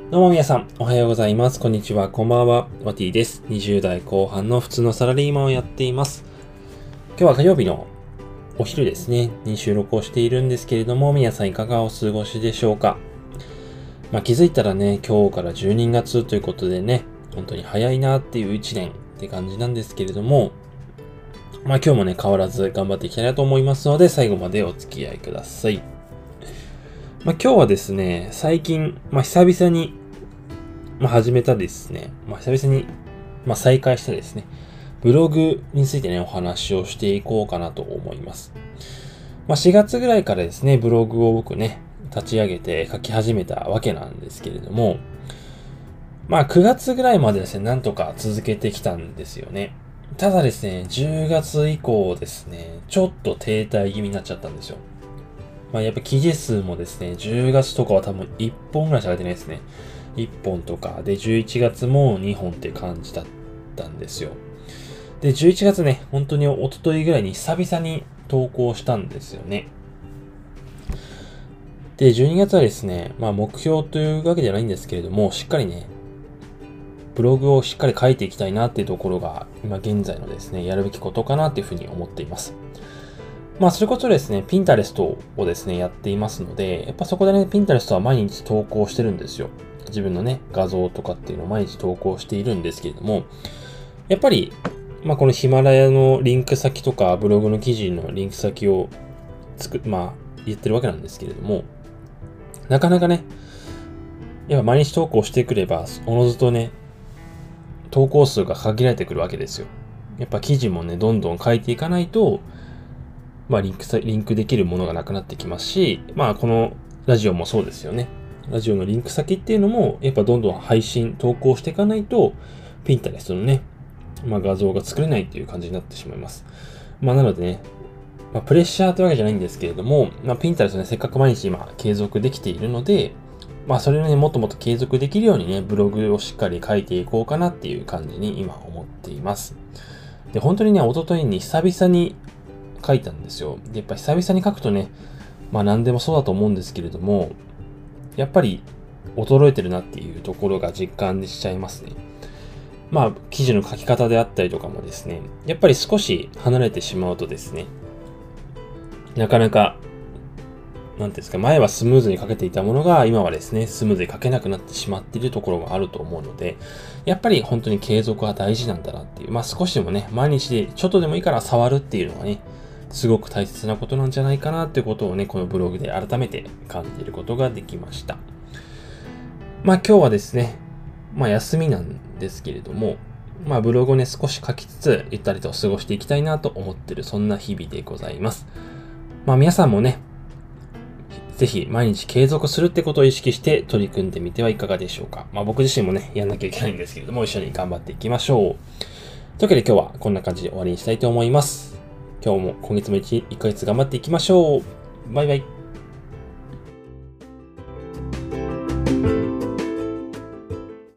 どうも皆さん、おはようございます。こんにちは、こんばんは。ワティです。20代後半の普通のサラリーマンをやっています。今日は火曜日のお昼ですね、に収録をしているんですけれども、皆さんいかがお過ごしでしょうか。気づいたらね、今日から12月ということでね、本当に早いなっていう1年って感じなんですけれども、今日もね、変わらず頑張っていきたいなと思いますので、最後までお付き合いください。今日はですね、最近、久々に始めたですね、久々に、再開したですね、ブログについてね、お話をしていこうかなと思います。4月ぐらいからですね、ブログを僕ね、立ち上げて書き始めたわけなんですけれども、9月ぐらいまでですね、なんとか続けてきたんですよね。ただですね、10月以降ですね、ちょっと停滞気味になっちゃったんですよ。やっぱ記事数もですね、10月とかは多分1本ぐらいしか上げてないですね。1本とか、で、11月も2本って感じだったんですよ。で、11月ね、本当に一昨日ぐらいに久々に投稿したんですよね。で、12月はですね、目標というわけじゃないんですけれども、しっかりね、ブログをしっかり書いていきたいなっていうところが、今現在のですね、やるべきことかなっていうふうに思っています。それこそですね、ピンタレストをですね、やっていますので、やっぱそこでね、ピンタレストは毎日投稿してるんですよ。自分のね、画像とかっていうのを毎日投稿しているんですけれども、やっぱり、このヒマラヤのリンク先とか、ブログの記事のリンク先を言ってるわけなんですけれども、なかなかね、やっぱ毎日投稿してくれば、おのずとね、投稿数が限られてくるわけですよ。やっぱ記事もね、どんどん書いていかないと、リンクできるものがなくなってきますし、このラジオもそうですよね。ラジオのリンク先っていうのも、やっぱどんどん投稿していかないと、ピンタレストのね、画像が作れないっていう感じになってしまいます。なのでね、プレッシャーってわけじゃないんですけれども、ピンタレストね、せっかく毎日今継続できているので、それをね、もっともっと継続できるようにね、ブログをしっかり書いていこうかなっていう感じに今思っています。で、本当にね、一昨日に久々に書いたんですよ。で、やっぱ久々に書くとね、何でもそうだと思うんですけれども、やっぱり衰えてるなっていうところが実感しちゃいますね。記事の書き方であったりとかもですね、やっぱり少し離れてしまうとですね、なかなか、なんていうんですか、前はスムーズに書けていたものが、今はですね、スムーズに書けなくなってしまっているところがあると思うので、やっぱり本当に継続は大事なんだなっていう、少しでもね、毎日でちょっとでもいいから触るっていうのはね、すごく大切なことなんじゃないかなってことをね、このブログで改めて感じることができました。今日はですね、休みなんですけれども、ブログをね、少し書きつつ、ゆったりと過ごしていきたいなと思ってる、そんな日々でございます。皆さんもね、ぜひ毎日継続するってことを意識して取り組んでみてはいかがでしょうか。僕自身もね、やんなきゃいけないんですけれども、一緒に頑張っていきましょう。というわけで今日はこんな感じで終わりにしたいと思います。今日も今月も1ヶ月頑張っていきましょう。バイバイ。